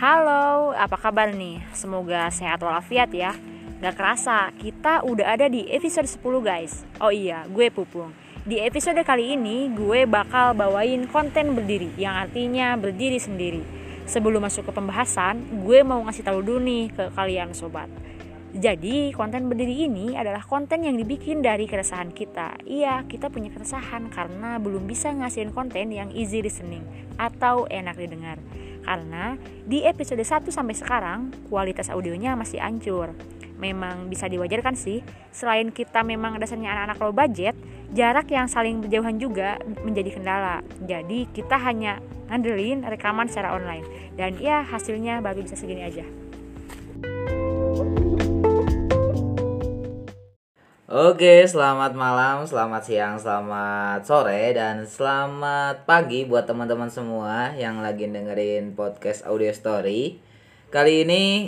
Halo, apa kabar nih? Semoga sehat walafiat ya. Gak kerasa, kita udah ada di episode 10 guys. Oh iya, gue Pupung. Di episode kali ini, gue bakal bawain konten berdiri, yang artinya berdiri sendiri. Sebelum masuk ke pembahasan, gue mau ngasih tahu dulu nih ke kalian sobat. Jadi, konten berdiri ini adalah konten yang dibikin dari keresahan kita. Iya, kita punya keresahan karena belum bisa ngasihin konten yang easy listening atau enak didengar. Karena di episode 1 sampai sekarang, kualitas audionya masih hancur. Memang bisa diwajarkan sih, selain kita memang dasarnya anak-anak low budget, jarak yang saling berjauhan juga menjadi kendala. Jadi, kita hanya ngandelin rekaman secara online. Dan ya, hasilnya baru bisa segini aja. Oke, selamat malam, selamat siang, selamat sore, dan selamat pagi buat teman-teman semua yang lagi dengerin podcast Audio Story. Kali ini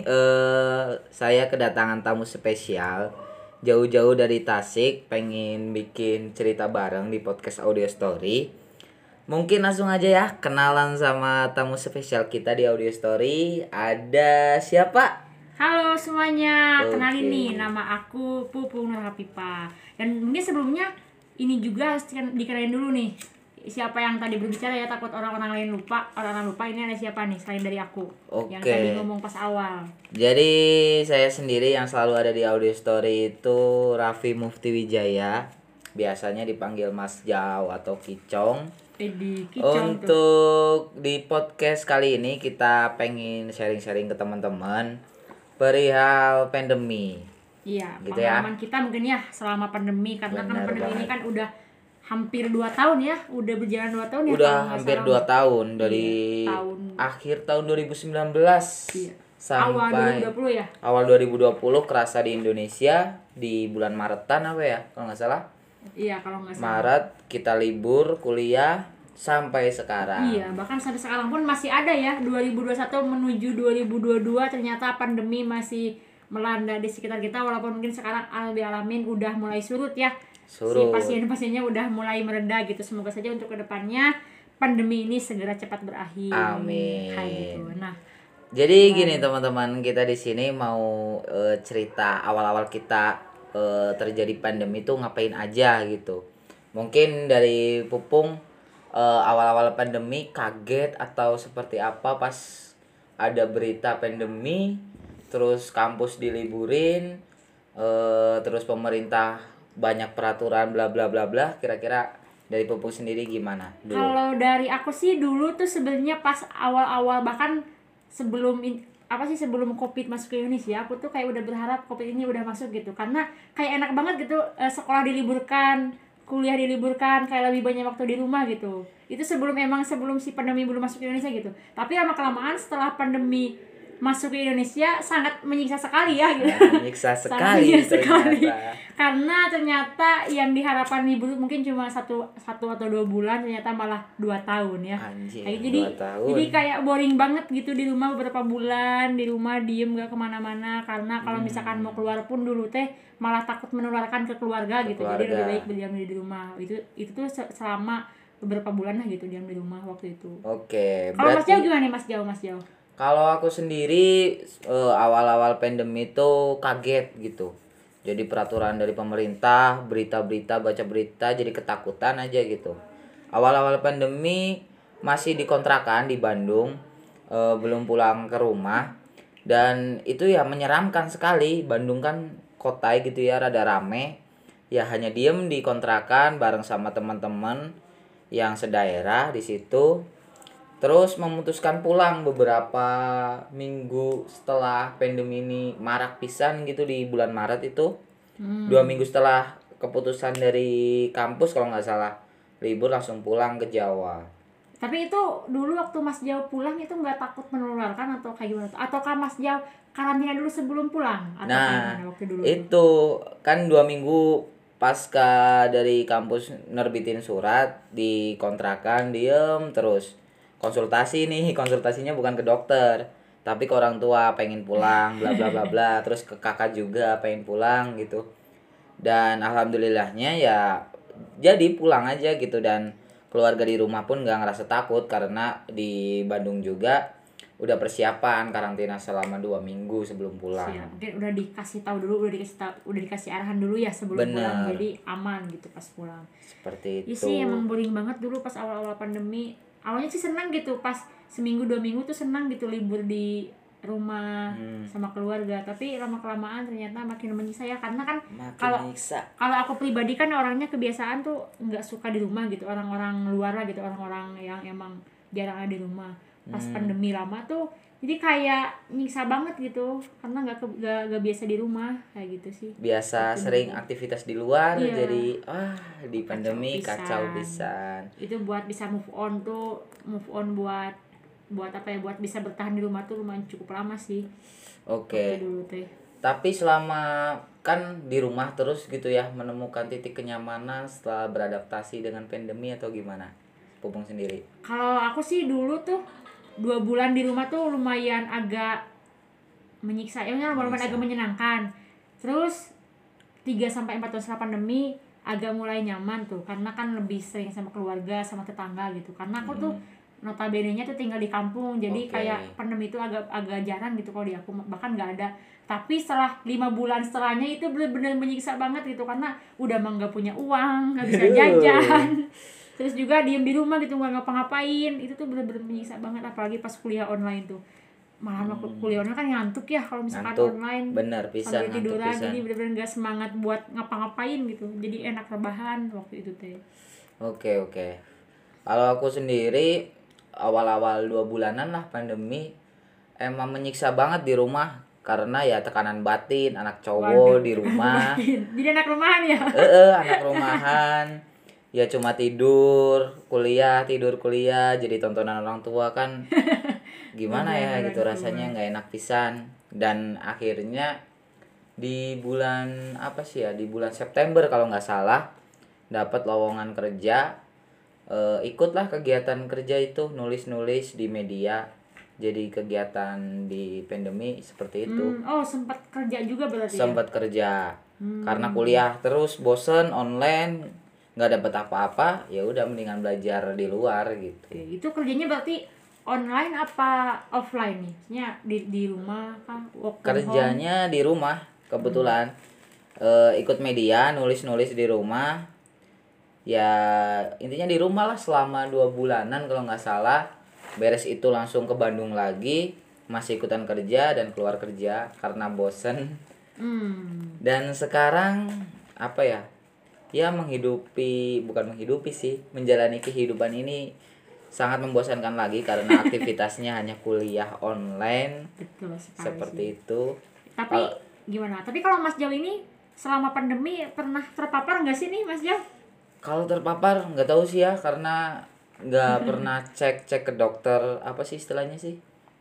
saya kedatangan tamu spesial jauh-jauh dari Tasik, pengen bikin cerita bareng di podcast Audio Story. Mungkin langsung aja ya kenalan sama tamu spesial kita di Audio Story. Ada siapa? Halo semuanya, kenalin Oke. nih, nama aku Pupung Nurhapipa. Dan mungkin sebelumnya ini juga harus dikenalin dulu nih, siapa yang tadi berbicara ya, takut orang-orang lain lupa. Orang-orang lupa ini ada siapa nih selain dari aku yang Oke. tadi ngomong pas awal. Jadi saya sendiri yang selalu ada di Audio Story itu Raffi Mufti Wijaya. Biasanya dipanggil Mas Jau atau Kicong. Di Kicong tuh. Untuk di podcast kali ini kita pengen sharing-sharing ke teman-teman perihal pandemi. Iya, Gitu ya. pengalaman kita mungkin ya selama pandemi, karena kan Benar pandemi ini banget. kan udah hampir 2 tahun ya, udah berjalan 2 tahun ya. Udah kalau nggak hampir salah. 2 tahun dari tahun- akhir tahun 2019 Iya. sampai Awal 2020 ya. awal 2020 kerasa di Indonesia di bulan Maretan apa ya kalau nggak salah. Iya, kalau nggak salah. Maret kita libur kuliah sampai sekarang. Iya, bahkan sampai sekarang pun masih ada ya, 2021 menuju 2022 ternyata pandemi masih melanda di sekitar kita, walaupun mungkin sekarang alamin udah mulai surut ya. Si Surut. pasien-pasiennya udah mulai mereda gitu. Semoga saja untuk kedepannya pandemi ini segera cepat berakhir. Amin. Kayak gitu. Nah, Jadi gini teman-teman, kita di sini mau cerita awal-awal kita terjadi pandemi itu ngapain aja gitu. Mungkin dari Pupung awal-awal pandemi kaget atau seperti apa pas ada berita pandemi, terus kampus diliburin, terus pemerintah banyak peraturan bla bla bla bla. Kira-kira dari Pupung sendiri gimana dulu? kalau dari aku sih dulu tuh sebenarnya pas awal-awal, bahkan sebelum sebelum COVID masuk ke Indonesia, aku tuh kayak udah berharap COVID ini udah masuk gitu, karena kayak enak banget gitu, sekolah diliburkan, kuliah diliburkan, kayak lebih banyak waktu di rumah gitu. Itu sebelum si pandemi belum masuk ke Indonesia gitu. Tapi lama kelamaan setelah pandemi masuk ke Indonesia sangat menyiksa sekali ya gitu. Menyiksa Sangat sekali menyiksa sekali. ternyata. Karena ternyata yang diharapkan libur mungkin cuma satu atau 2 bulan, ternyata malah 2 tahun ya. Anjir, Kayak jadi 2 tahun. jadi kayak boring banget gitu di rumah beberapa bulan, di rumah diem gak kemana-mana, karena kalau misalkan mau keluar pun dulu teh malah takut menularkan ke keluarga gitu. Jadi keluarga. lebih baik berdiam di rumah. Itu tuh selama beberapa bulan lah gitu diam di rumah waktu itu. Oke, Kalau Mas berarti Jauh gimana nih Mas Jauh? kalau aku sendiri awal-awal pandemi itu kaget gitu. Jadi peraturan dari pemerintah, berita-berita, baca berita jadi ketakutan aja gitu. Awal-awal pandemi masih dikontrakan di Bandung, belum pulang ke rumah, dan itu ya menyeramkan sekali. Bandung kan kota gitu ya, rada rame. Ya hanya diem di kontrakan bareng sama teman-teman yang sedaerah di situ. Terus memutuskan pulang beberapa minggu setelah pandemi ini marak pisan gitu di bulan Maret itu. 2 minggu setelah keputusan dari kampus kalau nggak salah, libur langsung pulang ke Jawa. Tapi itu dulu waktu Mas Jauh pulang itu nggak takut menularkan atau kayak gimana? Ataukah Mas Jauh karantina dulu sebelum pulang? Atau kayak Nah, gimana waktu dulu? itu kan 2 minggu pasca dari kampus nerbitin surat di kontrakan diem terus konsultasinya bukan ke dokter tapi ke orang tua pengen pulang bla bla bla bla, terus ke kakak juga pengen pulang gitu, dan alhamdulillahnya ya jadi pulang aja gitu, dan keluarga di rumah pun nggak ngerasa takut karena di Bandung juga udah persiapan karantina selama 2 minggu sebelum pulang. Siap. Mungkin udah dikasih tahu dulu, udah dikasih arahan dulu ya sebelum pulang, jadi aman gitu pas pulang. Seperti Iya itu. sih, emang boring banget dulu pas awal-awal pandemi. Awalnya sih senang gitu, pas seminggu 2 minggu tuh senang gitu libur di rumah sama keluarga. Tapi lama kelamaan ternyata makin menyiksa ya, karena kan kalau aku pribadi kan orangnya kebiasaan tuh nggak suka di rumah gitu, orang-orang luar lah gitu, orang-orang yang emang jarang ada di rumah. Pas pandemi lama tuh jadi kayak nyiksa banget gitu, karena nggak biasa di rumah kayak gitu sih. Biasa Itu sering dulu. aktivitas di luar, Iya. jadi di pandemi kacau pisan. Itu buat bisa move on buat apa ya, buat bisa bertahan di rumah tuh lumayan cukup lama sih. Oke. Waktu dulu teh. Tapi selama kan di rumah terus gitu ya, menemukan titik kenyamanan setelah beradaptasi dengan pandemi atau gimana? Pupung sendiri. Kalau aku sih dulu tuh 2 bulan di rumah tuh lumayan agak menyiksa, lumayan agak menyenangkan. Terus 3-4 tahun setelah pandemi agak mulai nyaman tuh, karena kan lebih sering sama keluarga, sama tetangga gitu. Karena aku tuh notabene-nya tuh tinggal di kampung, jadi kayak pandemi itu agak jarang gitu kalau di aku, bahkan nggak ada. Tapi setelah 5 bulan setelahnya itu benar-benar menyiksa banget gitu, karena udah mah nggak punya uang, nggak bisa jajan. Terus juga diem di rumah gitu, nggak ngapa-ngapain. Itu tuh bener-bener menyiksa banget, apalagi pas kuliah online tuh. Malah kuliah online kan ngantuk ya kalau misalkan online. Bener, pisan sampai tiduran, pisan. jadi bener-bener nggak semangat buat ngapa-ngapain gitu. Jadi enak rebahan waktu itu teh. Oke. Kalau aku sendiri awal-awal 2 bulanan lah pandemi emang menyiksa banget di rumah, karena ya tekanan batin, anak cowok di rumah. Jadi anak rumahan ya. Anak rumahan. Ya cuma tidur kuliah, jadi tontonan orang tua kan gimana ya gitu, rasanya nggak enak pisan. Dan akhirnya di bulan di bulan September kalau nggak salah dapat lowongan kerja, ikutlah kegiatan kerja itu, nulis di media, jadi kegiatan di pandemi seperti itu. Sempat kerja juga berarti. Sempat kerja karena kuliah terus bosen online, nggak dapat apa-apa, ya udah mendingan belajar di luar gitu. Oke, itu kerjanya berarti online apa offline nih? Maksudnya di rumah kah? Kerjanya di rumah kebetulan. Ikut media, nulis di rumah. Ya intinya di rumah lah selama 2 bulanan kalau nggak salah. Beres itu langsung ke Bandung lagi, masih ikutan kerja dan keluar kerja karena bosen. Dan sekarang ya bukan menghidupi sih, menjalani kehidupan ini sangat membosankan lagi karena aktivitasnya hanya kuliah online. Betul sekali seperti sih. itu. Tapi gimana? Tapi kalau Mas Jaw ini selama pandemi pernah terpapar nggak sih nih Mas Jaw? Kalau terpapar nggak tahu sih ya, karena nggak pernah cek ke dokter, apa sih istilahnya sih,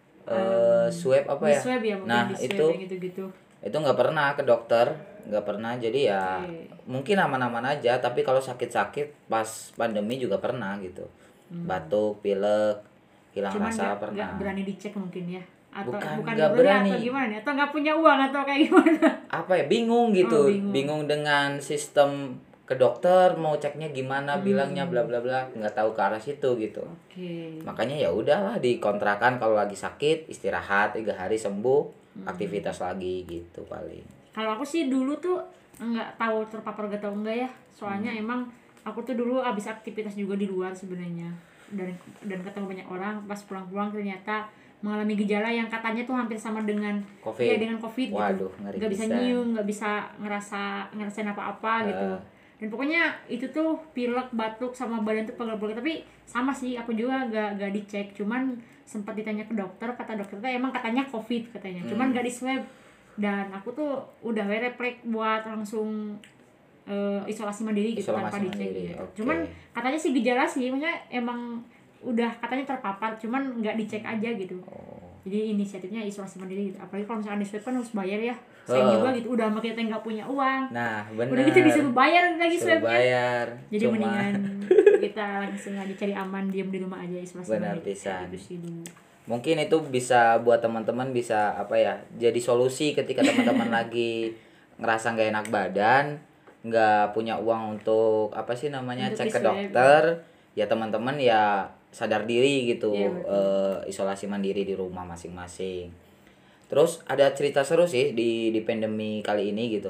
swab apa ya? Swab ya, nah itu gitu-gitu. Itu nggak pernah ke dokter, nggak pernah, jadi ya mungkin aman-aman aja. Tapi kalau sakit-sakit pas pandemi juga pernah gitu, batuk, pilek, hilang rasa pernah. Nggak berani dicek mungkin ya, atau bukan nggak berani atau gimana, atau nggak punya uang atau kayak gimana? Bingung gitu, bingung dengan sistem ke dokter, mau ceknya gimana, bilangnya bla bla bla, nggak tahu ke arah situ gitu. Makanya ya udahlah, dikontrakan kalau lagi sakit istirahat 3 hari sembuh, aktivitas lagi gitu paling. Kalau aku sih dulu tuh nggak tahu terpapar atau enggak ya, soalnya emang aku tuh dulu abis aktivitas juga di luar sebenarnya, dan ketemu banyak orang. Pas pulang ternyata mengalami gejala yang katanya tuh hampir sama dengan COVID. Ya, dengan COVID. Waduh, gitu, nggak bisa nyium, nggak bisa ngerasain apa-apa gitu. Dan pokoknya itu tuh pilek, batuk, sama badan tuh pegel-pegel. Tapi sama sih, aku juga gak dicek, cuman sempat ditanya ke dokter, kata dokter tuh emang katanya COVID katanya, cuman gak di swab. Dan aku tuh udah refleks buat langsung isolasi mandiri gitu, tanpa dicek gitu. Cuman katanya sih gejala sih, maksudnya emang udah katanya terpapar, cuman nggak dicek aja gitu. Jadi inisiatifnya isolasi mandiri gitu. Apalagi kalau misalkan di swab kan harus bayar ya. Saya juga gitu, udah sama kita nggak punya uang. Nah, benar. Udah gitu disuruh bayar lagi swabnya. Bayar. Jadi mendingan kita langsung aja cari aman, diam di rumah aja, isolasi mandiri. Mungkin itu bisa buat teman-teman, bisa jadi solusi ketika teman-teman lagi ngerasa nggak enak badan, nggak punya uang untuk cek ke dokter. Ya teman-teman ya sadar diri gitu, Iya, betul. isolasi mandiri di rumah masing-masing. Terus ada cerita seru sih di pandemi kali ini gitu.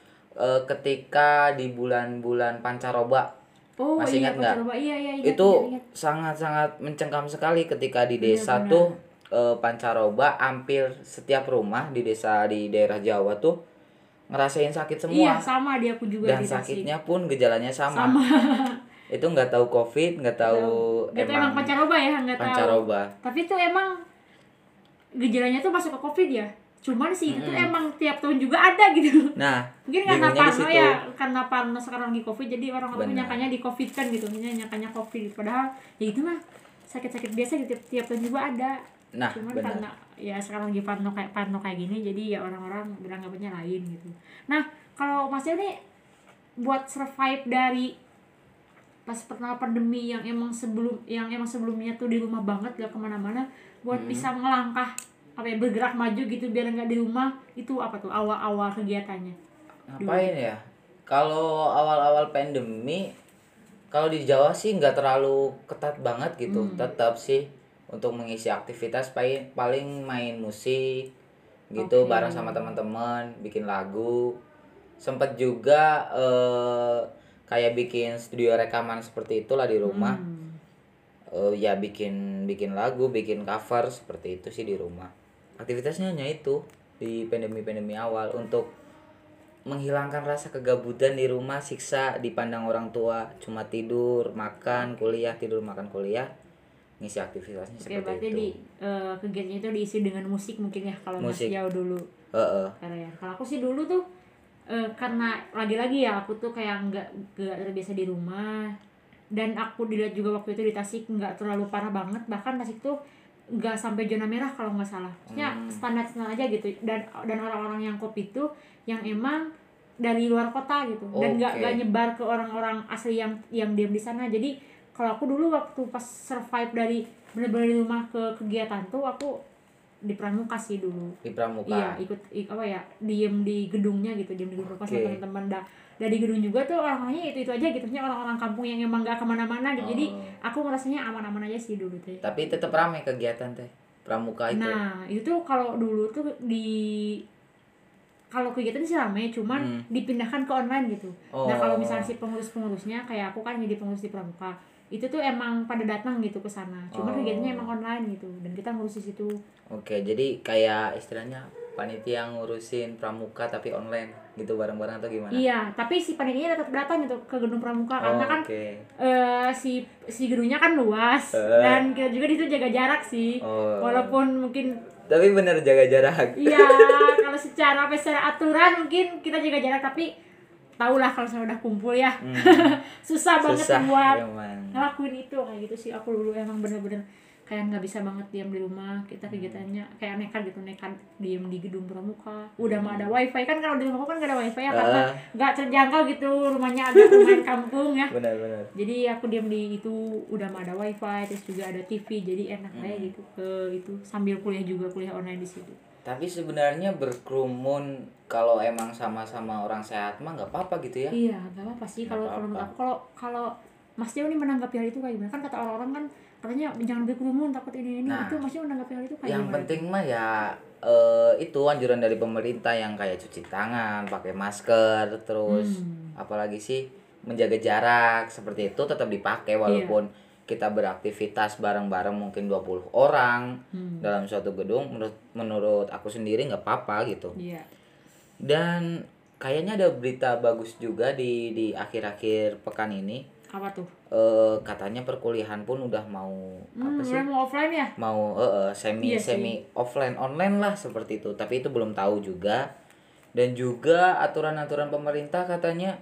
Ketika di bulan-bulan pancaroba, Oh masih iya, ingat nggak? pancaroba, iya iya, ingat ingat Itu ingat. sangat-sangat mencengkam sekali ketika di desa Bener-bener. tuh, pancaroba hampir setiap rumah di desa di daerah Jawa tuh ngerasain sakit Iya, semua, sama di aku juga dan di Tasik. sakitnya pun gejalanya sama. Sama. Itu nggak tahu COVID, nggak Gak tahu. tahu Gak tahu emang emang pancaroba ya, nggak tahu. pancaroba. Tapi itu emang gejalanya tuh masuk ke COVID ya. Cuman sih itu tuh Mm-mm. emang tiap tahun juga ada gitu. Nah, Mungkin karena bingungnya di parno situ. ya, karena parno sekarang lagi COVID, jadi orang-orang tuh Benar. nyangkanya di COVID kan gitu, nyangkanya COVID. Padahal ya itu mah sakit-sakit biasa gitu, tiap tahun juga ada. Nah, Cuman benar. karena ya sekarang lagi parno kayak gini, jadi ya orang-orang beranggapannya lain gitu. Nah, kalau Mas Dio nih buat survive dari pas pertama pandemi yang emang sebelumnya tuh di rumah banget gak kemana-mana, buat bisa ngelangkah apa ya, bergerak maju gitu biar nggak di rumah, itu apa tuh awal-awal kegiatannya dulu? Ngapain ya? Kalau awal-awal pandemi, kalau di Jawa sih nggak terlalu ketat banget gitu. Tetap sih untuk mengisi aktivitas paling main musik gitu Oke. bareng sama teman-teman, bikin lagu. Sempet juga kayak bikin studio rekaman seperti itulah di rumah. Ya bikin bikin lagu, bikin cover seperti itu sih di rumah. Aktivitasnya hanya itu di pandemi awal untuk menghilangkan rasa kegabutan di rumah, siksa dipandang orang tua, cuma tidur, makan, kuliah, tidur, makan, kuliah, ngisi aktivitasnya Oke, seperti berarti itu. kegiatannya itu diisi dengan musik mungkin ya kalau Mas Musik. Yao dulu. Heeh. Karena ya kalau aku sih dulu tuh karena lagi-lagi ya aku tuh kayak nggak terbiasa di rumah, dan aku dilihat juga waktu itu di Tasik nggak terlalu parah banget, bahkan Tasik tuh nggak sampai zona merah kalau nggak salah, maksudnya standar aja gitu, dan orang-orang yang kopi itu yang emang dari luar kota gitu, dan nggak Oke. nyebar ke orang-orang asli yang diam di sana. Jadi kalau aku dulu waktu pas survive dari bener-bener di rumah ke kegiatan tuh, aku di Pramuka sih dulu. Di Pramuka. Iya, apa ya, diem di gedungnya gitu, diem di gedung pas Oke. sama teman-teman. Dari gedung juga tuh orang-orangnya itu aja gitu, maksudnya orang-orang kampung yang emang gak kemana-mana gitu. Jadi aku ngerasanya aman-aman aja sih dulu tuh. Tapi tetap ramai kegiatan teh Pramuka itu. Nah itu tuh kalau dulu tuh kalau kegiatan sih rame, cuman dipindahkan ke online gitu. Nah kalau misalnya si pengurus-pengurusnya kayak aku kan jadi pengurus di Pramuka, itu tuh emang pada datang gitu ke sana. Cuman kegiatannya emang online gitu, dan kita ngurus di situ. Oke, jadi kayak istilahnya panitia ngurusin Pramuka tapi online gitu bareng-bareng atau gimana? Iya, tapi si panitianya tetap datang gitu ke gedung Pramuka, karena kan Oke. si gedungnya kan luas, dan kita juga di situ jaga jarak sih. Walaupun mungkin Tapi bener jaga jarak. iya, kalau secara aturan mungkin kita jaga jarak, tapi tau lah kalau saya udah kumpul ya susah banget Susah buat emang. ngelakuin itu kayak gitu sih. Aku dulu emang bener-bener kayak nggak bisa banget diam di rumah. Kita kegiatannya kayak nekat diem di gedung Pramuka. Udah mah ada wifi kan, kalau di rumah kan nggak ada wifi ya, karena nggak terjangkau gitu, rumahnya agak lumayan kampung ya. Benar-benar. Jadi aku diam di itu, udah mah ada wifi, terus juga ada TV, jadi enak aja gitu ke itu, sambil kuliah juga, kuliah online di situ. Tapi sebenarnya berkerumun kalau emang sama-sama orang sehat mah nggak apa-apa gitu ya. Iya, nggak apa-apa sih kalau menurut aku. Kalau Mas Dio nih menanggapi hal itu kayak gimana? Kan kata orang-orang kan katanya jangan berkerumun, takut ini. Nah, itu Mas Dio menanggapi hal itu kayak yang gimana? penting mah ya itu anjuran dari pemerintah yang kayak cuci tangan, pakai masker, terus apalagi sih menjaga jarak seperti itu tetap dipakai walaupun kita beraktivitas bareng-bareng mungkin 20 orang dalam suatu gedung. Menurut aku sendiri nggak apa-apa gitu. Iya. Dan kayaknya ada berita bagus juga di akhir-akhir pekan ini. Apa tuh? Katanya perkuliahan pun udah mau apa sih? Udah mau offline ya? Mau semi offline online lah seperti itu. Tapi itu belum tahu juga. Dan juga aturan-aturan pemerintah katanya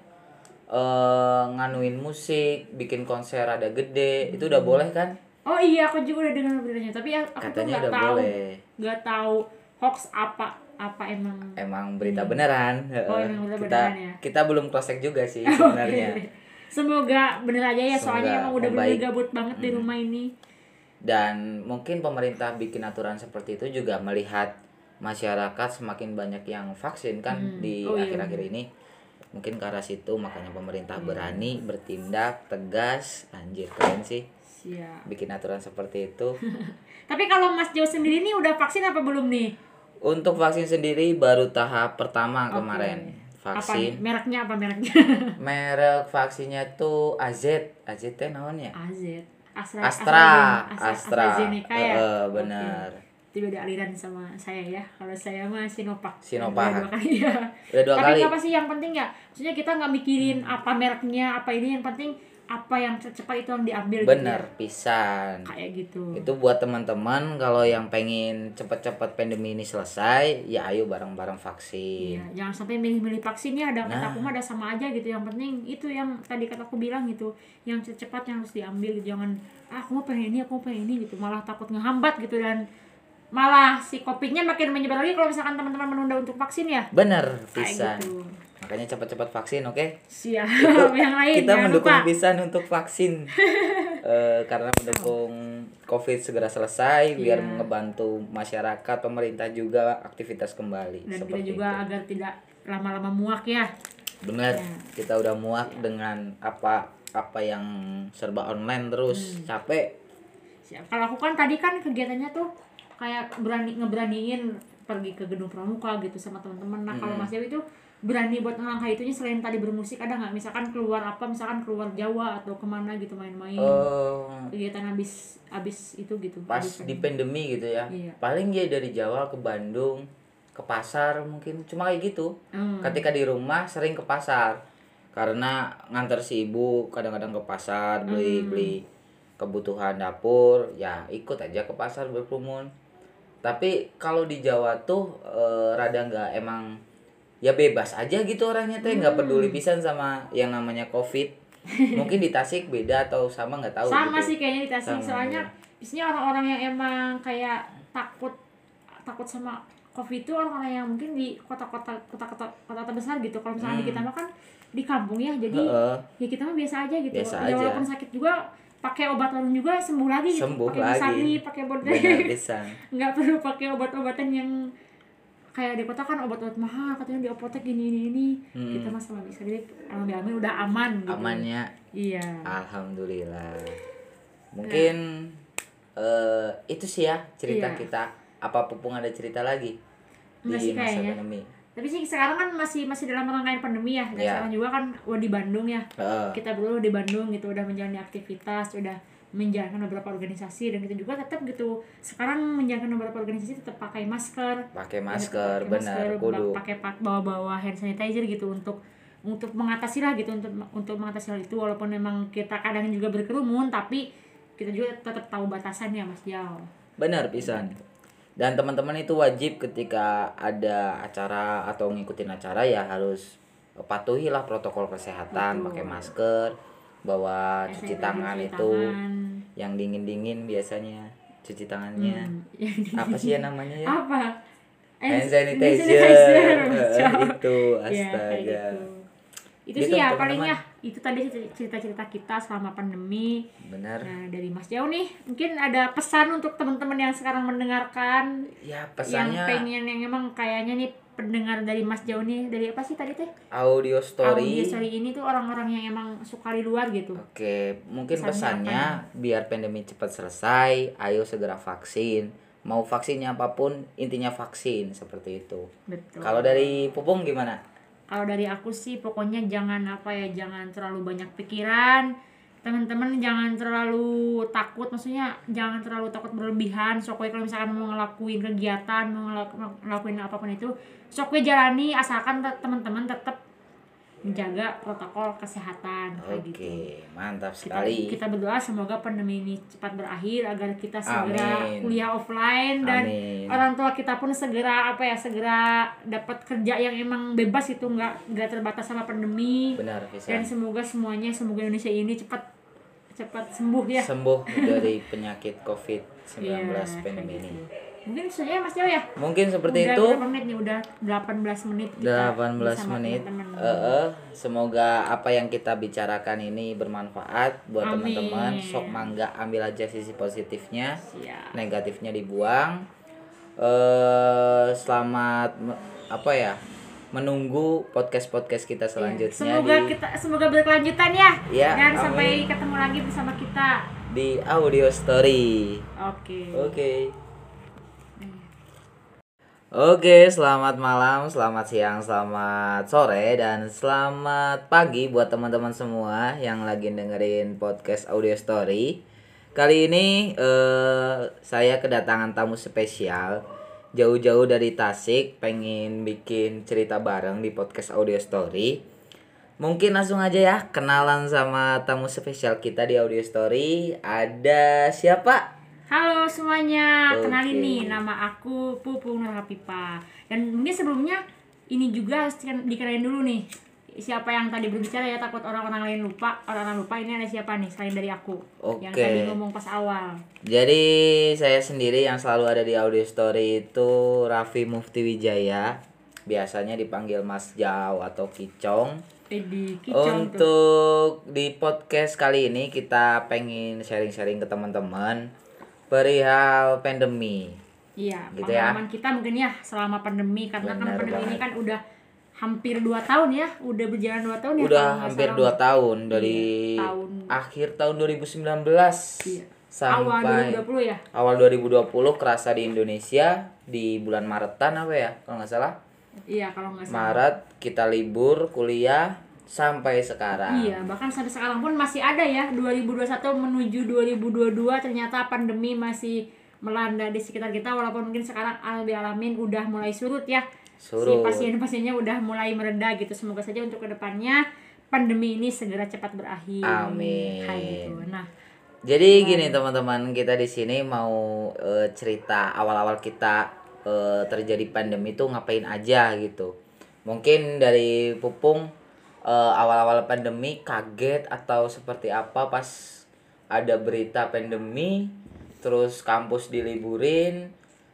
nganuin musik, bikin konser ada gede, itu udah boleh kan? Oh iya, aku juga udah dengar beritanya, tapi aku Katanya tuh nggak udah tahu, boleh. nggak tahu hoax apa Emang berita beneran. Oh, emang berita kita beneran ya? kita belum cross check juga sih sebenarnya. Semoga bener aja ya, soalnya Semoga emang udah membaik. bener gabut banget di rumah ini. Dan mungkin pemerintah bikin aturan seperti itu juga melihat masyarakat semakin banyak yang vaksin kan di akhir-akhir ini. Mungkin ke arah situ makanya pemerintah berani bertindak tegas. Anjir, keren sih Siap. bikin aturan seperti itu. Tapi kalau Mas Jo sendiri nih udah vaksin apa belum nih? Untuk vaksin sendiri baru tahap pertama Oke. kemarin. Apa nih? Vaksin. Mereknya apa mereknya? Merek vaksinnya tuh AZ teh naon ya? AZ. Astra. AstraZeneca ya. Benar. Oke. Itu beda aliran sama saya ya. Kalau saya mah Sinovac. Sinovac. Udah 2 kali ya. Udah 2 Tapi kali. apa sih yang penting ya? Maksudnya kita nggak mikirin apa mereknya, apa ini, yang penting apa yang cepat itu yang diambil Bener, gitu ya. pisan. Kayak gitu. Itu buat teman-teman kalau yang pengen cepet-cepet pandemi ini selesai, ya ayo bareng-bareng vaksin. Iya, jangan sampai milih-milih vaksinnya ada Nah. kataku mah ada sama aja gitu. Yang penting itu yang tadi kataku bilang gitu, yang cepat yang harus diambil gitu. Jangan aku mau pengen ini, aku mau pengen ini gitu. Malah takut ngehambat gitu, dan malah si COVID-nya makin menyebar lagi kalau misalkan teman-teman menunda untuk vaksin ya. Bener, Kayak pisan. gitu. Makanya cepat-cepat vaksin, oke? Siap. Yang lain Kita jangan mendukung lupa. pisan untuk vaksin. Karena mendukung COVID segera selesai biar Iya. ngebantu masyarakat, pemerintah juga aktivitas kembali. Dan kita seperti juga itu. agar tidak lama-lama muak ya. Bener, Ya. kita udah muak dengan apa yang serba online terus, capek. Siap. Kalau aku kan tadi kan kegiatannya tuh kayak ngeberaniin pergi ke gedung pramuka gitu sama teman-teman. Nah, kalau Mas Dewi itu berani buat ngelangkah itunya selain tadi bermusik, ada nggak misalkan keluar misalkan keluar Jawa atau kemana gitu main-main, kegiatan habis itu gitu Pas habis di pandemi gitu ya, Iya. paling ya dari Jawa ke Bandung, ke pasar mungkin, cuma kayak gitu. Ketika di rumah sering ke pasar karena nganter si ibu kadang-kadang ke pasar beli kebutuhan dapur, ya ikut aja ke pasar berkerumun. Tapi kalau di Jawa tuh rada nggak, emang ya bebas aja gitu orangnya teh, nggak peduli pisan sama yang namanya COVID. Mungkin di Tasik beda atau sama, nggak tahu sama gitu. sih kayaknya di Tasik. Sama, Soalnya ya. biasanya orang-orang yang emang kayak takut sama COVID itu orang-orang yang mungkin di kota-kota besar gitu. Kalau misalnya di kita mah kan di kampung ya, jadi ya kita mah biasa aja gitu. Biasa Ya aja. walaupun sakit juga pakai obat warung juga sembuh lagi gitu. Sembuh Pakai lagi. Musari, pakai bodre. Benar pisan. Nggak perlu pakai obat-obatan yang kayak di kota kan obat-obat mahal katanya di apotek ini. Kita mah sama bisa, jadi alhamdulillah udah aman gitu. Amannya. Iya. Alhamdulillah. Mungkin itu sih ya cerita Iya. kita. Apa Pupung ada cerita lagi Masih di masa kayaknya. pandemi? Tapi sih sekarang kan masih dalam rangkaian pandemi ya. Dan Iya. sekarang juga kan udah di Bandung ya. Heeh. Kita berdua di Bandung gitu, udah menjalani aktivitas, udah menjalankan beberapa organisasi, dan kita juga tetap gitu sekarang menjalankan beberapa organisasi tetap pakai masker. Pakai Ya, masker, pakai benar, kudu. pakai bawa hand sanitizer gitu untuk mengatasi lah gitu, untuk mengatasi hal itu. Walaupun memang kita kadang juga berkerumun, tapi kita juga tetap tahu batasannya, Mas Jal. Benar pisan. Dan teman-teman itu wajib ketika ada acara atau ngikutin acara ya harus patuhilah protokol kesehatan, Betul. pakai masker, bawa cuci tangan itu, tangan. yang dingin-dingin biasanya cuci tangannya. Yang Apa sih ya namanya ya? apa? Hand sanitizer, sanitizer. Mas Jal. Itu Ya, kayak astaga. gitu. Itu Gitu, sih ya teman-teman. paling ya. Itu tadi cerita-cerita kita selama pandemi. Benar. Nah, dari Mas Jauh nih, mungkin ada pesan untuk teman-teman yang sekarang mendengarkan, Ya yang pesannya pengen, yang emang kayaknya nih pendengar dari Mas Jauh nih, dari apa sih tadi teh? audio story. Audio story ini tuh orang-orang yang emang suka di luar gitu. Oke, mungkin Pesannya pesannya biar pandemi cepat selesai, ayo segera vaksin. Mau vaksinnya apapun, intinya vaksin, seperti itu. Betul. Kalau dari Pupung gimana? Kalau dari aku sih pokoknya jangan jangan terlalu banyak pikiran. Teman-teman jangan terlalu takut, maksudnya jangan terlalu takut berlebihan. Sokwe kalau misalkan mau ngelakuin kegiatan, mau ngelakuin apapun itu, sokwe jalani asalkan teman-teman tetap menjaga protokol kesehatan kayak gitu. Oke, mantap sekali. Kita berdoa semoga pandemi ini cepat berakhir agar kita segera Amin. kuliah offline, dan Amin. orang tua kita pun segera segera dapat kerja yang emang bebas itu, nggak terbatas sama pandemi. Benar, Dan bisa. semoga Indonesia ini cepat sembuh ya. Sembuh dari penyakit COVID-19 Iya, pandemi kayak ini. gitu. Mungkin sebenarnya Mas Jawa ya. Mungkin seperti Udah itu. berapa menit nih? Udah 18 menit kita 18 bersama menit. teman-teman. Semoga apa yang kita bicarakan ini bermanfaat buat Amin. teman-teman. Sok mangga ambil aja sisi positifnya, Siap. negatifnya dibuang. Selamat menunggu podcast kita selanjutnya Semoga berkelanjutan ya. Ya, Dan amin. sampai ketemu lagi bersama kita di Audio Story. Oke, selamat malam, selamat siang, selamat sore, dan selamat pagi buat teman-teman semua yang lagi dengerin podcast Audio Story. Kali ini saya kedatangan tamu spesial jauh-jauh dari Tasik, pengen bikin cerita bareng di podcast Audio Story. Mungkin langsung aja ya kenalan sama tamu spesial kita di Audio Story. Ada siapa? Halo semuanya, Oke. kenalin nih, nama aku Pupung Nur Hapipa. Dan mungkin sebelumnya ini juga harus dikenalin dulu nih. Siapa yang tadi berbicara ya, takut orang-orang lain lupa. Orang-orang lupa ini ada siapa nih selain dari aku. Oke. Yang tadi ngomong pas awal. Jadi saya sendiri yang selalu ada di Audio Story itu Raffi Mufti Wijaya. Biasanya dipanggil Mas Jau atau Kicong. Di Kicong tuh. Untuk di podcast kali ini kita pengen sharing-sharing ke teman-teman perihal pandemi. Iya, Gitu ya. pengalaman kita mungkin ya selama pandemi. Karena Benar kan pandemi ini banget. kan udah hampir 2 tahun ya. Udah berjalan 2 tahun ya. Udah kalau nggak hampir salah. 2 tahun dari tahun- akhir tahun 2019 Iya. sampai Awal 2020 ya. awal 2020 kerasa di Indonesia di bulan Maretan apa ya kalau nggak salah. Iya, kalau nggak salah. Maret kita libur kuliah sampai sekarang. Iya, bahkan sampai sekarang pun masih ada ya, 2021 menuju 2022 ternyata pandemi masih melanda di sekitar kita, walaupun mungkin sekarang alamin udah mulai surut ya. Surut. Si pasien-pasiennya udah mulai mereda gitu. Semoga saja untuk kedepannya pandemi ini segera cepat berakhir. Amin. Kayak gitu. Nah, Jadi gini teman-teman, kita di sini mau cerita awal-awal kita terjadi pandemi itu ngapain aja gitu. Mungkin dari Pupung awal-awal pandemi kaget atau seperti apa pas ada berita pandemi, terus kampus diliburin,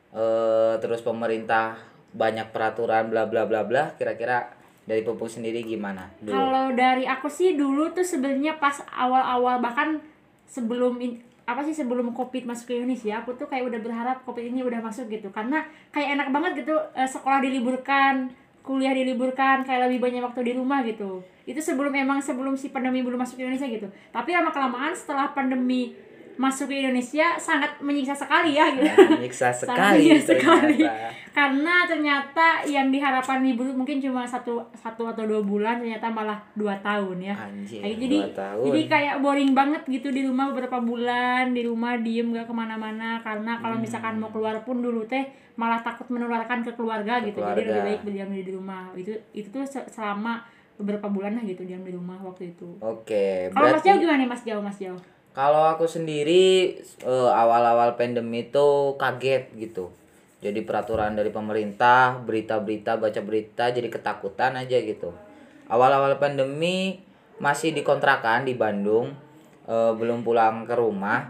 terus pemerintah banyak peraturan bla bla bla bla. Kira-kira dari Pupung sendiri gimana dulu? kalau dari aku sih dulu tuh sebenarnya pas awal-awal bahkan sebelum sebelum Covid masuk ke Indonesia, aku tuh kayak udah berharap Covid ini udah masuk gitu. Karena kayak enak banget gitu, sekolah diliburkan, kuliah diliburkan, kayak lebih banyak waktu di rumah gitu. Itu sebelum si pandemi belum masuk ke Indonesia gitu. Tapi lama-kelamaan setelah pandemi masuk ke Indonesia sangat menyiksa sekali ya gitu. Menyiksa Sangat sekali menyiksa sekali. ternyata. Karena ternyata yang diharapkan libur mungkin cuma satu atau 2 bulan, ternyata malah 2 tahun ya. Anjir, Kayak 2 tahun. jadi kayak boring banget gitu di rumah beberapa bulan, di rumah diem gak kemana-mana. Karena kalau misalkan mau keluar pun dulu teh malah takut menularkan ke keluarga gitu. Jadi lebih baik berdiam di rumah. Itu tuh selama beberapa bulan lah gitu diam di rumah waktu itu. Oke, Kalau Mas berarti Jauh gimana nih Mas Jauh? kalau aku sendiri awal-awal pandemi itu kaget gitu. Jadi peraturan dari pemerintah, berita-berita, baca berita jadi ketakutan aja gitu. Awal-awal pandemi masih dikontrakan di Bandung, belum pulang ke rumah,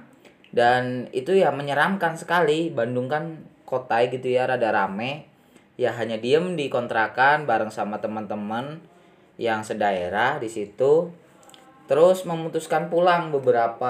dan itu ya menyeramkan sekali. Bandung kan kota gitu ya, rada rame. Ya hanya diem di kontrakan bareng sama teman-teman yang sedaerah di situ. Terus memutuskan pulang beberapa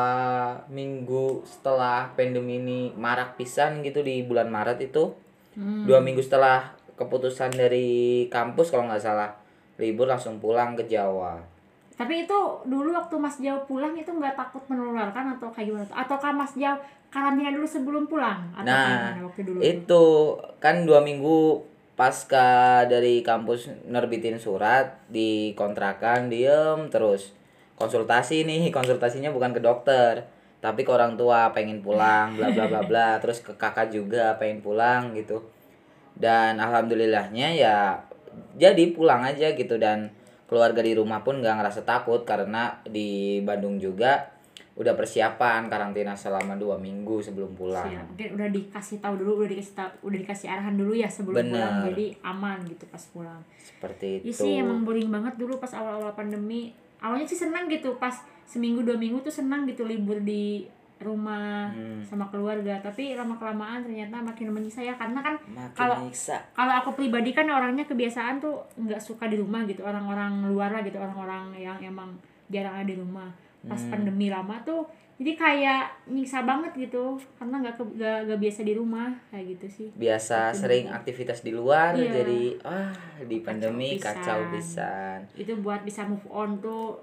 minggu setelah pandemi ini marak pisan gitu di bulan Maret itu. 2 minggu setelah keputusan dari kampus kalau nggak salah libur langsung pulang ke Jawa. Tapi itu dulu waktu Mas Jauh pulang itu nggak takut menularkan atau kayak gimana? Ataukah Mas Jauh karantina dulu sebelum pulang? Atau kayak Nah gimana waktu dulu? itu kan 2 minggu pasca dari kampus nerbitin surat di kontrakan diem terus konsultasinya bukan ke dokter tapi ke orang tua pengen pulang bla bla bla bla, terus ke kakak juga pengen pulang gitu, dan alhamdulillahnya ya jadi pulang aja gitu, dan keluarga di rumah pun nggak ngerasa takut karena di Bandung juga udah persiapan karantina selama 2 minggu sebelum pulang. Siap. Mungkin udah dikasih tahu dulu, udah dikasih arahan dulu ya sebelum Bener. pulang, jadi aman gitu pas pulang. Seperti Iya itu. sih, emang boring banget dulu pas awal-awal pandemi. Awalnya sih senang gitu, pas seminggu 2 minggu tuh senang gitu libur di rumah sama keluarga. Tapi lama-kelamaan ternyata makin menyiksa ya, karena kan Makin nyiksa. kalau aku pribadi kan orangnya kebiasaan tuh nggak suka di rumah gitu, orang-orang luar lah gitu, orang-orang yang emang jarang ada di rumah. Pas pandemi lama tuh Jadi kayak nyiksa banget gitu karena nggak biasa di rumah kayak gitu sih. Biasa Itu sering dulu. aktivitas di luar, Iya. jadi di pandemi kacau pisan. pisan. Itu buat bisa move on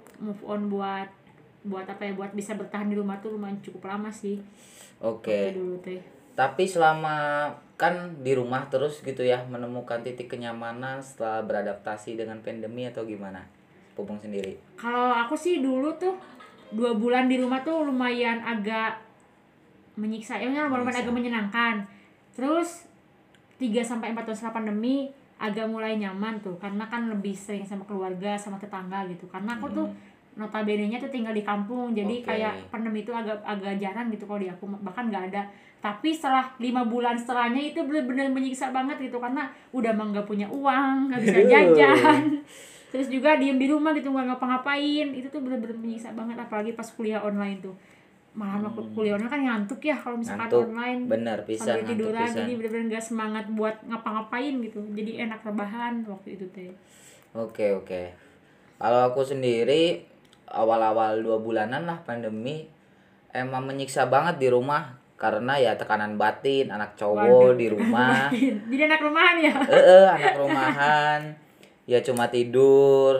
buat apa ya, buat bisa bertahan di rumah tuh lumayan cukup lama sih waktu Oke. dulu teh. Tapi selama kan di rumah terus gitu ya, menemukan titik kenyamanan setelah beradaptasi dengan pandemi atau gimana? Pupung sendiri. Kalau aku sih dulu tuh 2 bulan di rumah tuh lumayan agak menyiksa, ya lumayan Menyiksa. agak menyenangkan. Terus 3 sampai 4 tahun setelah pandemi agak mulai nyaman tuh karena kan lebih sering sama keluarga sama tetangga gitu. Karena aku tuh notabene-nya tuh tinggal di kampung, jadi Oke. kayak pandemi itu agak jarang gitu kalau di aku, bahkan nggak ada. Tapi setelah 5 bulan setelahnya itu bener-bener menyiksa banget gitu karena udah mah nggak punya uang, nggak bisa jajan. Terus juga diem di rumah gitu nggak ngapa-ngapain, itu tuh bener-bener menyiksa banget apalagi pas kuliah online tuh. Malah waktu kuliah online kan ngantuk ya kalau misalkan Ngantuk. online, Bener, pisan, sambil ngantuk tiduran, pisan. jadi bener-bener nggak semangat buat ngapa-ngapain gitu, jadi enak rebahan waktu itu teh. Oke, oke. Kalau aku sendiri awal-awal 2 bulanan lah pandemi emang menyiksa banget di rumah karena ya tekanan batin anak cowok Waduh, di rumah. jadi anak rumahan ya. Anak rumahan. Ya cuma tidur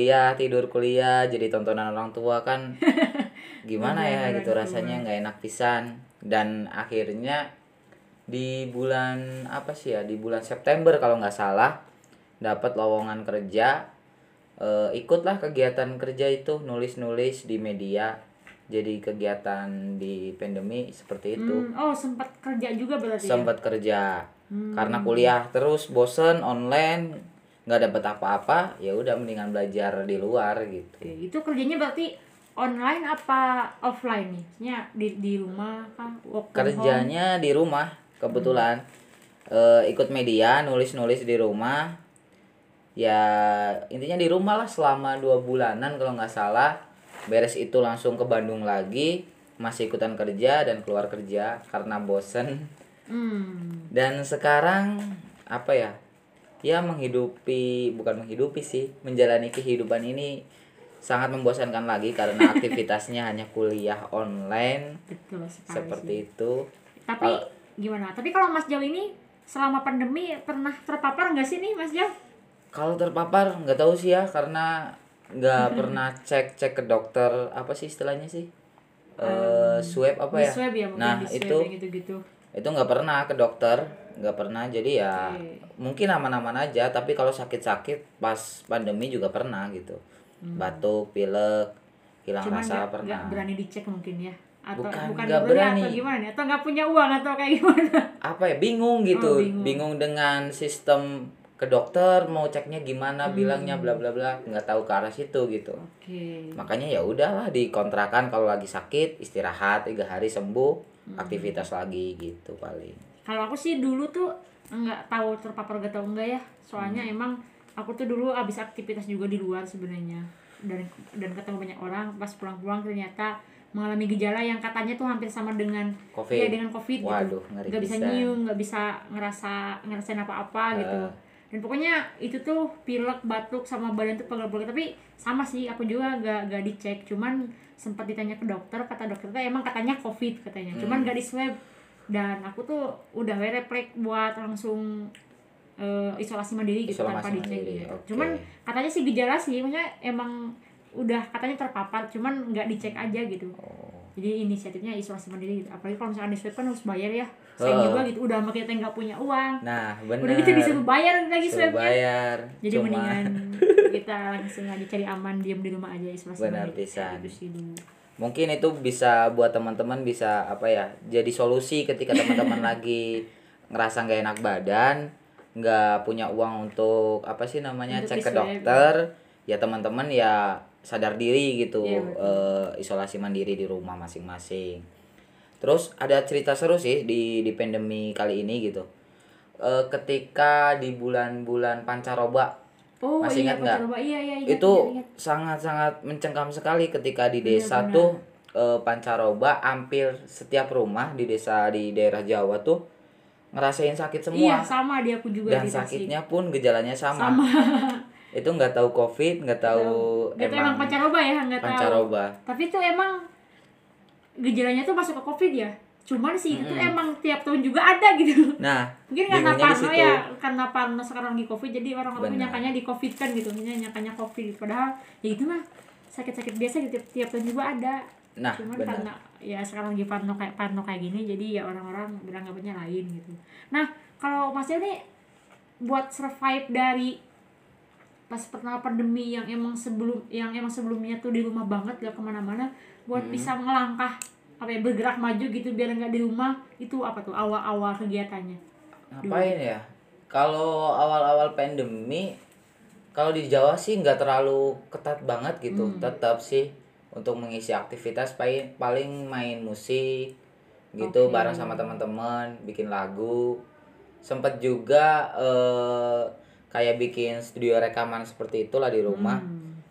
kuliah jadi tontonan orang tua kan gimana ya Tontonan gitu, orang rasanya tua. nggak enak pisan. Dan akhirnya di bulan apa sih ya, di bulan September kalau nggak salah dapat lowongan kerja. Ikutlah kegiatan kerja itu, nulis-nulis di media, jadi kegiatan di pandemi seperti itu. Oh sempat kerja juga berarti ya. Sempat kerja karena kuliah terus bosen online, nggak dapet apa-apa, ya udah mendingan belajar di luar gitu. Oke, itu kerjanya berarti online apa offline nih? Maksudnya di rumah kan, work from home? Kerjanya di rumah kebetulan. Ikut media, nulis-nulis di rumah. Ya intinya di rumah lah selama 2 bulanan kalau nggak salah. Beres itu langsung ke Bandung lagi, masih ikutan kerja dan keluar kerja karena bosen. Dan sekarang apa ya, ya bukan menghidupi sih, menjalani kehidupan ini sangat membosankan lagi karena aktivitasnya hanya kuliah online. Betul sekali Seperti sih. itu. Tapi gimana? Tapi kalau Mas Jaw ini selama pandemi pernah terpapar nggak sih nih Mas Jaw? Kalau terpapar nggak tahu sih ya, karena nggak pernah cek ke dokter, apa sih istilahnya sih, swab apa Di ya. swab ya, mungkin Nah di swab itu yang gitu-gitu. nggak pernah ke dokter, nggak pernah, jadi ya Oke. mungkin aman-aman aja. Tapi kalau sakit-sakit pas pandemi juga pernah gitu, batuk pilek hilang Cuman rasa nggak pernah. berani dicek mungkin ya, atau Bukan nggak dulu ya, berani, atau gimana atau nggak punya uang atau kayak gimana? apa ya, bingung gitu. Oh, bingung. Bingung dengan sistem ke dokter mau ceknya gimana, bilangnya bla bla bla, nggak tahu ke arah situ gitu. Oke. Makanya ya udahlah dikontrakan, kalau lagi sakit istirahat 3 hari sembuh, aktivitas lagi gitu paling. Kalau aku sih dulu tuh nggak tahu terpapar gak tau enggak ya, soalnya emang aku tuh dulu abis aktivitas juga di luar sebenarnya, dan ketemu banyak orang, pas pulang-pulang ternyata mengalami gejala yang katanya tuh hampir sama dengan COVID. ya dengan COVID gitu. Waduh, ngeri Nggak bisa pisan. nyium, nggak bisa ngerasain apa-apa gitu. Dan pokoknya itu tuh pilek, batuk, sama badan tuh pegel-pegel. Tapi sama sih, aku juga gak dicek, cuman sempat ditanya ke dokter, kata dokter tuh emang katanya COVID katanya, cuman gak di swab. Dan aku tuh udah refleks buat langsung isolasi mandiri gitu, Isolasi tanpa dicek mandiri, gitu. oke. Cuman katanya sih gejala sih, maksudnya emang udah katanya terpapar, cuman nggak dicek aja gitu. Jadi inisiatifnya isolasi mandiri gitu. Apalagi kalau misalkan di swab kan harus bayar ya. Sayang juga gitu, udah sama kita nggak punya uang. Nah bener, Udah gitu disuruh bayar lagi suruh swabnya. bayar. Jadi Cuma mendingan kita langsung aja cari aman, diem di rumah aja isolasi Benar mandiri. pisan. Itu sih dulu. mungkin itu bisa buat teman-teman, bisa apa ya, jadi solusi ketika teman-teman lagi ngerasa nggak enak badan, nggak punya uang untuk apa sih namanya, Untuk cek ke diswab. dokter, ya teman-teman ya sadar diri gitu. Iya, Isolasi mandiri di rumah masing-masing. Terus ada cerita seru sih di pandemi kali ini gitu. Ketika di bulan-bulan pancaroba, Oh masih iya, ingat nggak? Pancaroba. Iya, ingat, Itu ingat. sangat-sangat mencengkam sekali ketika di desa Benar-benar. tuh, pancaroba hampir setiap rumah di desa di daerah Jawa tuh ngerasain sakit Iya, semua. sama dia aku juga Dan di Tasik. sakitnya pun gejalanya sama. Sama. Itu nggak tahu COVID, nggak tahu Gak tau emang pancaroba ya, nggak tahu. pancaroba. Tapi itu emang gejalanya tuh masuk ke COVID ya. Cuman sih itu tuh emang tiap tahun juga ada gitu. Nah, Mungkin karena bingungnya di parno situ. ya, karena parno sekarang lagi COVID, jadi orang-orang tuh Benar. nyangkanya di COVID kan gitu, nyangkanya COVID gitu. Padahal ya itu mah sakit-sakit biasa gitu, tiap tahun juga ada. Nah, Cuman benar. karena ya sekarang lagi parno kayak gini, jadi ya orang-orang beranggapannya lain gitu. Nah, kalau Mas Dio nih buat survive dari pas pertama pandemi yang emang sebelumnya tuh di rumah banget gak kemana-mana, buat bisa ngelangkah apa ya, bergerak maju gitu biar nggak di rumah, itu apa tuh awal-awal kegiatannya? Ngapain ya? Kalau awal-awal pandemi, kalau di Jawa sih nggak terlalu ketat banget gitu. Tetap sih untuk mengisi aktivitas paling main musik gitu Oke. bareng sama teman-teman, bikin lagu. Sempet juga kayak bikin studio rekaman seperti itulah di rumah.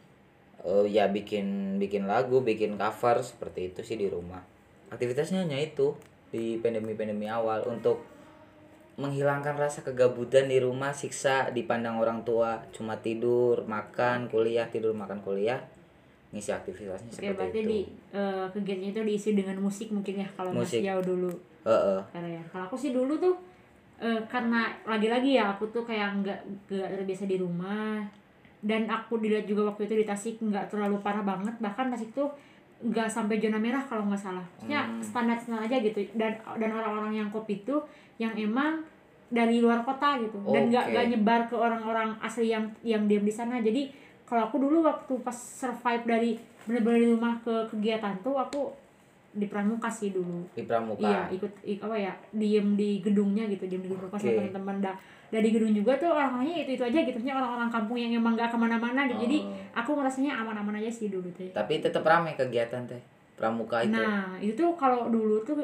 Ya bikin lagu, bikin cover seperti itu sih di rumah. Aktivitasnya hanya itu di pandemi awal untuk menghilangkan rasa kegabutan di rumah, siksa dipandang orang tua, cuma tidur, makan, kuliah, tidur, makan, kuliah, ngisi aktivitasnya Oke, seperti berarti itu. di kegiatannya itu diisi dengan musik mungkin ya kalau Mas Musik. Jauh dulu. Heeh. Karena ya, kalau aku sih dulu tuh karena lagi-lagi ya aku tuh kayak nggak terbiasa di rumah, dan aku dilihat juga waktu itu di Tasik nggak terlalu parah banget, bahkan Tasik tuh nggak sampai zona merah kalau nggak salah, maksudnya standar aja gitu, dan orang-orang yang kopi itu yang emang dari luar kota gitu, dan nggak Oke. nyebar ke orang-orang asli yang diam di sana. Jadi kalau aku dulu waktu pas survive dari bener-bener di rumah ke kegiatan tuh, aku di Pramuka sih dulu. Di Pramuka. Iya, apa ya, diem di gedungnya gitu, diem di gedung Pramuka Oke. sama teman-teman. Dari gedung juga tuh orang-orangnya itu aja gitu, maksudnya orang-orang kampung yang emang nggak kemana-mana gitu. Jadi aku ngerasanya aman-aman aja sih dulu teh. Tapi tetap ramai kegiatan teh Pramuka itu. Nah itu tuh kalau dulu tuh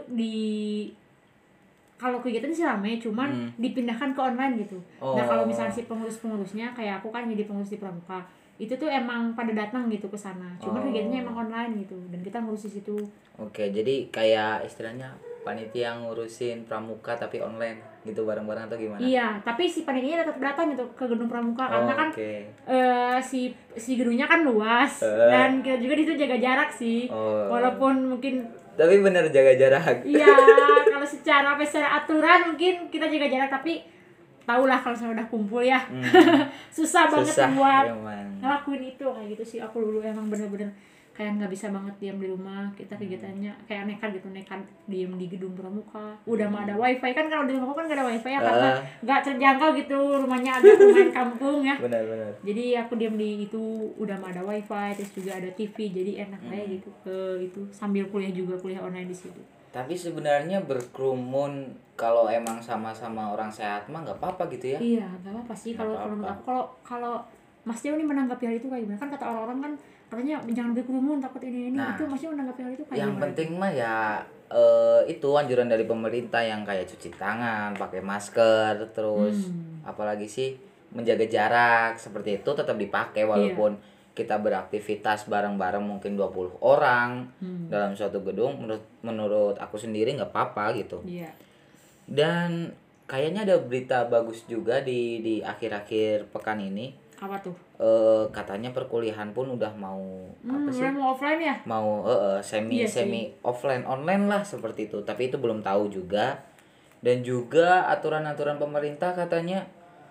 kalau kegiatan sih ramai, cuman dipindahkan ke online gitu. Nah kalau misalnya si pengurus-pengurusnya kayak aku kan jadi pengurus di Pramuka, itu tuh emang pada datang gitu ke sana. Cuman kegiatannya emang online gitu, dan kita ngurus di situ. Oke, jadi kayak istilahnya panitia ngurusin Pramuka tapi online gitu bareng-bareng atau gimana? Iya, tapi si panitianya tetap datang gitu ke gedung Pramuka, karena kan Oke. si gedungnya kan luas, dan kita juga di situ jaga jarak sih. Walaupun mungkin Tapi bener jaga jarak. iya, kalau secara aturan mungkin kita jaga jarak, tapi tahulah kalau saya udah kumpul ya. susah banget Susah buat emang. ngelakuin itu kayak gitu sih. Aku dulu emang bener-bener kayak nggak bisa banget diam di rumah. Kita kegiatannya kayak nekat diam di gedung Pramuka. Udah mah ada wifi kan, kalau di rumahku kan nggak ada wifi ya, karena nggak terjangkau gitu, rumahnya agak lumayan kampung ya. Benar-benar. Jadi aku diam di itu, udah mah ada wifi, terus juga ada TV, jadi enak aja gitu ke itu, sambil kuliah juga, kuliah online di situ. Tapi sebenarnya berkerumun kalau emang sama-sama orang sehat mah nggak apa-apa gitu ya. Iya, nggak apa-apa sih kalau menurut aku. Kalau Mas Dio nih menanggapi hal itu kayak gimana? Kan kata orang-orang kan katanya jangan berkerumun, takut ini Nah, itu. Mas Dio menanggapi hal itu kayak Yang gimana? penting mah ya itu anjuran dari pemerintah yang kayak cuci tangan, pakai masker, terus apalagi sih menjaga jarak seperti itu tetap dipakai walaupun kita beraktivitas bareng-bareng mungkin 20 orang dalam suatu gedung. Menurut aku sendiri nggak apa-apa gitu. Iya. Dan kayaknya ada berita bagus juga di akhir-akhir pekan ini. Apa tuh? Katanya perkuliahan pun udah mau apa sih? Udah mau offline ya? Mau Iya semi offline online lah seperti itu, tapi itu belum tahu juga. Dan juga aturan-aturan pemerintah katanya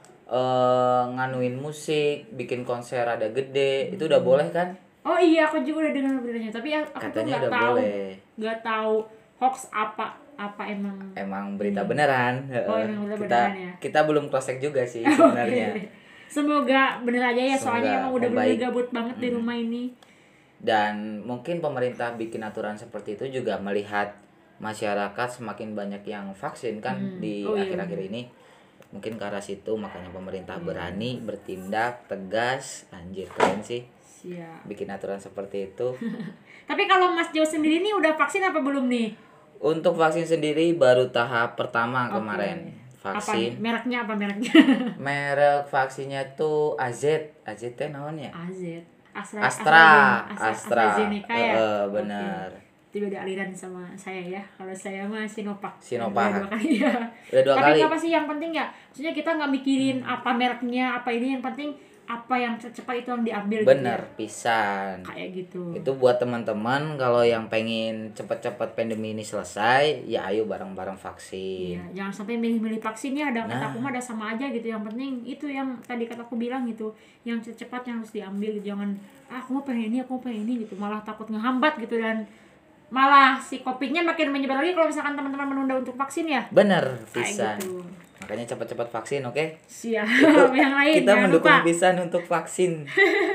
nganuin musik, bikin konser ada gede, itu udah boleh kan? Oh iya, aku juga udah dengar beritanya, tapi aku tuh Katanya nggak udah tahu, boleh. nggak tahu hoax apa emang. Emang berita beneran. Oh, emang berita kita beneran ya? kita belum cross check juga sih sebenarnya. Semoga bener aja ya, soalnya Semoga emang udah bener membaik. gabut banget di rumah ini. Dan mungkin pemerintah bikin aturan seperti itu juga melihat masyarakat semakin banyak yang vaksin kan di akhir-akhir ini. Mungkin ke arah situ makanya pemerintah berani bertindak tegas. Anjir, keren sih. Siap. Bikin aturan seperti itu. Tapi kalau Mas Jo sendiri nih udah vaksin apa belum nih? Untuk vaksin sendiri baru tahap pertama kemarin. Apa, Vaksin. mereknya apa mereknya? Merek vaksinnya tuh AZ teh naonnya? AZ. Astra. AstraZeneca ya. Benar. Itu beda aliran sama saya ya. Kalau saya mah Sinovac. Sinovac. Udah 2 kali ya. Udah 2 Tapi kali. nggak apa sih, yang penting ya, maksudnya kita nggak mikirin apa mereknya apa ini, yang penting apa yang cepat itu yang diambil Bener gitu ya. pisan. Kayak gitu. Itu buat teman-teman kalau yang pengen cepet-cepet pandemi ini selesai, ya ayo bareng-bareng vaksin. Iya, jangan sampai milih-milih vaksin ya, ada Nah. kataku mah ada sama aja gitu. Yang penting itu yang tadi kataku bilang gitu, yang cepat yang harus diambil gitu. Jangan aku mau pengen ini, aku mau pengen ini gitu. Malah takut ngehambat gitu, dan malah si COVID-nya makin menyebar lagi kalau misalkan teman-teman menunda untuk vaksin ya. Bener Kayak pisan. gitu. Makanya cepat-cepat vaksin, oke? Siap. Itu Yang lain kita jangan mendukung lupa. pisan untuk vaksin.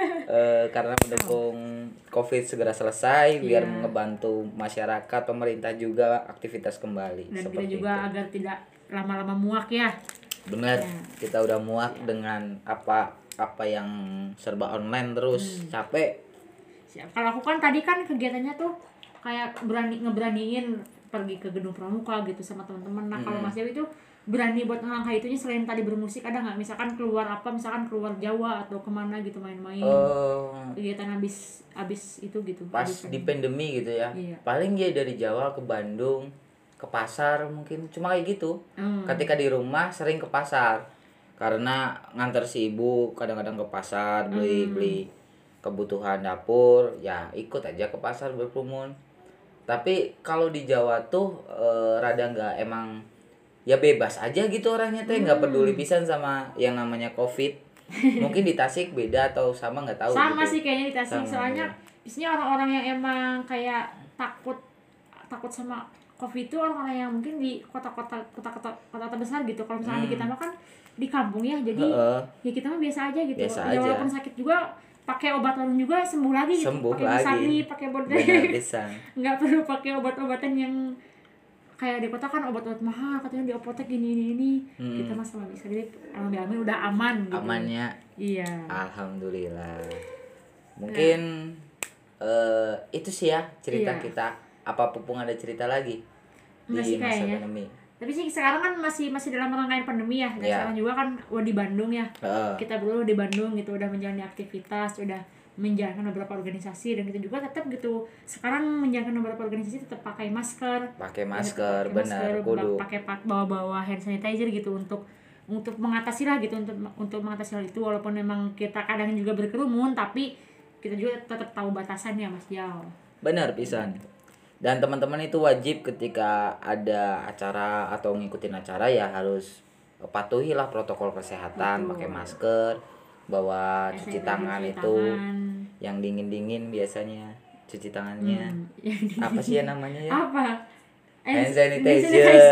Karena mendukung COVID segera selesai biar Iya. ngebantu masyarakat, pemerintah juga aktivitas kembali. Dan kita seperti juga itu. agar tidak lama-lama muak ya. Bener, Ya. kita udah muak dengan apa yang serba online terus, capek. Siap. Kalau aku kan tadi kan kegiatannya tuh kayak ngeberaniin pergi ke gedung pramuka gitu sama teman-teman. Nah, kalau Mas Dewi itu berani buat ngelangkah itunya selain tadi bermusik, ada nggak misalkan keluar keluar Jawa atau kemana gitu main-main, kegiatan habis itu gitu Pas habis di pandemi gitu ya, Iya. paling ya dari Jawa ke Bandung, ke pasar mungkin, cuma kayak gitu. Ketika di rumah sering ke pasar karena nganter si ibu kadang-kadang ke pasar beli kebutuhan dapur, ya ikut aja ke pasar berkerumun. Tapi kalau di Jawa tuh rada nggak, emang ya bebas aja gitu orangnya teh, nggak peduli pisan sama yang namanya COVID. Mungkin di Tasik beda atau sama, nggak tahu sama gitu. sih kayaknya di Tasik. Sama, Soalnya iya. biasanya orang-orang yang emang kayak takut sama COVID itu orang-orang yang mungkin di kota-kota besar gitu. Kalau misalnya di kita mah kan di kampung ya, jadi ya kita mah biasa aja gitu. Biasa Ya aja. walaupun sakit juga pakai obat lalu juga sembuh lagi gitu. Sembuh Pakai lagi. Musari, pakai bodre. Benar pisan. Nggak perlu pakai obat-obatan yang kayak di kota kan obat-obat mahal katanya di apotek ini. Kita mah sama bisa, jadi alhamdulillah udah aman gitu. Amannya, Iya. alhamdulillah. Mungkin itu sih ya cerita Iya. kita. Apa Pupung ada cerita lagi Enggak di sih masa kayaknya. pandemi? Tapi sih sekarang kan masih dalam rangkaian pandemi ya. Dan Iya. sekarang juga kan udah di Bandung ya. Heeh. Kita berdua di Bandung gitu, udah menjalani aktivitas, udah menjalankan beberapa organisasi, dan kita juga tetap gitu sekarang menjalankan beberapa organisasi tetap pakai masker, Pakai masker, benar, kudu. pakai bawa hand sanitizer gitu untuk mengatasi lah gitu, untuk mengatasi hal itu. Walaupun memang kita kadang juga berkerumun, tapi kita juga tetap tahu batasannya, Mas Jal. Benar pisan. Dan teman-teman itu wajib ketika ada acara atau ngikutin acara ya harus patuhilah protokol kesehatan, Betul. pakai masker, bawa Hand cuci sanitizer, tangan cuci itu tangan. yang dingin-dingin biasanya cuci tangannya. Yang Apa sih ya namanya ya? apa? Hand sanitizer.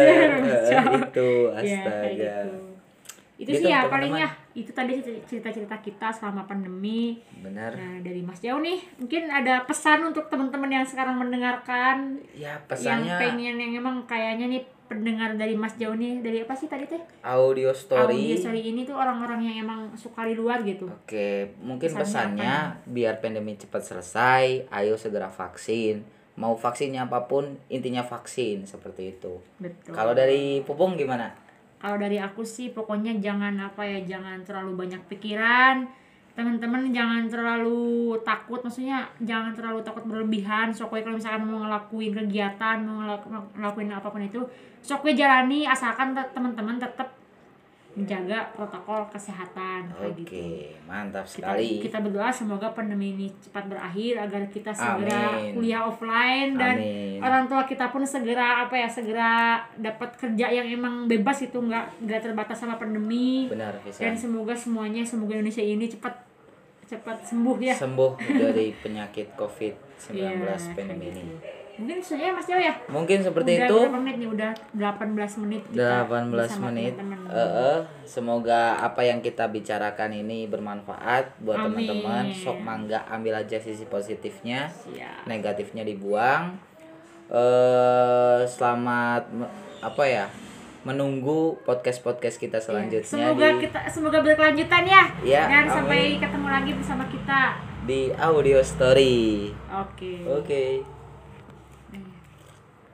Itu Ya, kayak astaga. gitu. Itu Gitu, sih ya teman-teman. paling ya. Itu tadi cerita-cerita kita selama pandemi. Benar. Nah, dari Mas Jauh nih, mungkin ada pesan untuk teman-teman yang sekarang mendengarkan, Ya yang pesannya pengen, yang emang kayaknya nih pendengar dari Mas Jauh nih, dari apa sih tadi teh? audio Audio story. story ini tuh orang-orang yang emang suka di luar gitu. Oke, mungkin Pesannya pesannya biar pandemi cepat selesai, ayo segera vaksin. Mau vaksinnya apapun, intinya vaksin seperti itu. Betul. Kalau dari Pupung gimana? Kalau dari aku sih pokoknya jangan terlalu banyak pikiran. Teman-teman jangan terlalu takut, maksudnya jangan terlalu takut berlebihan. Sok we kalau misalkan mau ngelakuin kegiatan, mau ngelakuin apapun itu, sok we jalani asalkan teman-teman tetap menjaga protokol kesehatan kayak gitu. Oke, mantap sekali. Kita berdoa semoga pandemi ini cepat berakhir agar kita segera Amin. kuliah offline, dan Amin. orang tua kita pun segera dapat kerja yang emang bebas itu, nggak terbatas sama pandemi. Benar, Dan bisa. semoga Indonesia ini cepat sembuh ya. Sembuh dari penyakit COVID-19 Iya, pandemi kayak ini. gitu. Mungkin saja Mas Jo ya. Mungkin seperti Udah itu. berapa menit nih? Udah 18 menit kita 18 bersama menit. teman-teman. Semoga apa yang kita bicarakan ini bermanfaat buat Amin. teman-teman. Sok mangga ambil aja sisi positifnya, Siap. negatifnya dibuang. Selamat menunggu podcast kita selanjutnya Semoga berkelanjutan ya. Ya, Dan amin. sampai ketemu lagi bersama kita. di audio story. Oke. Oke.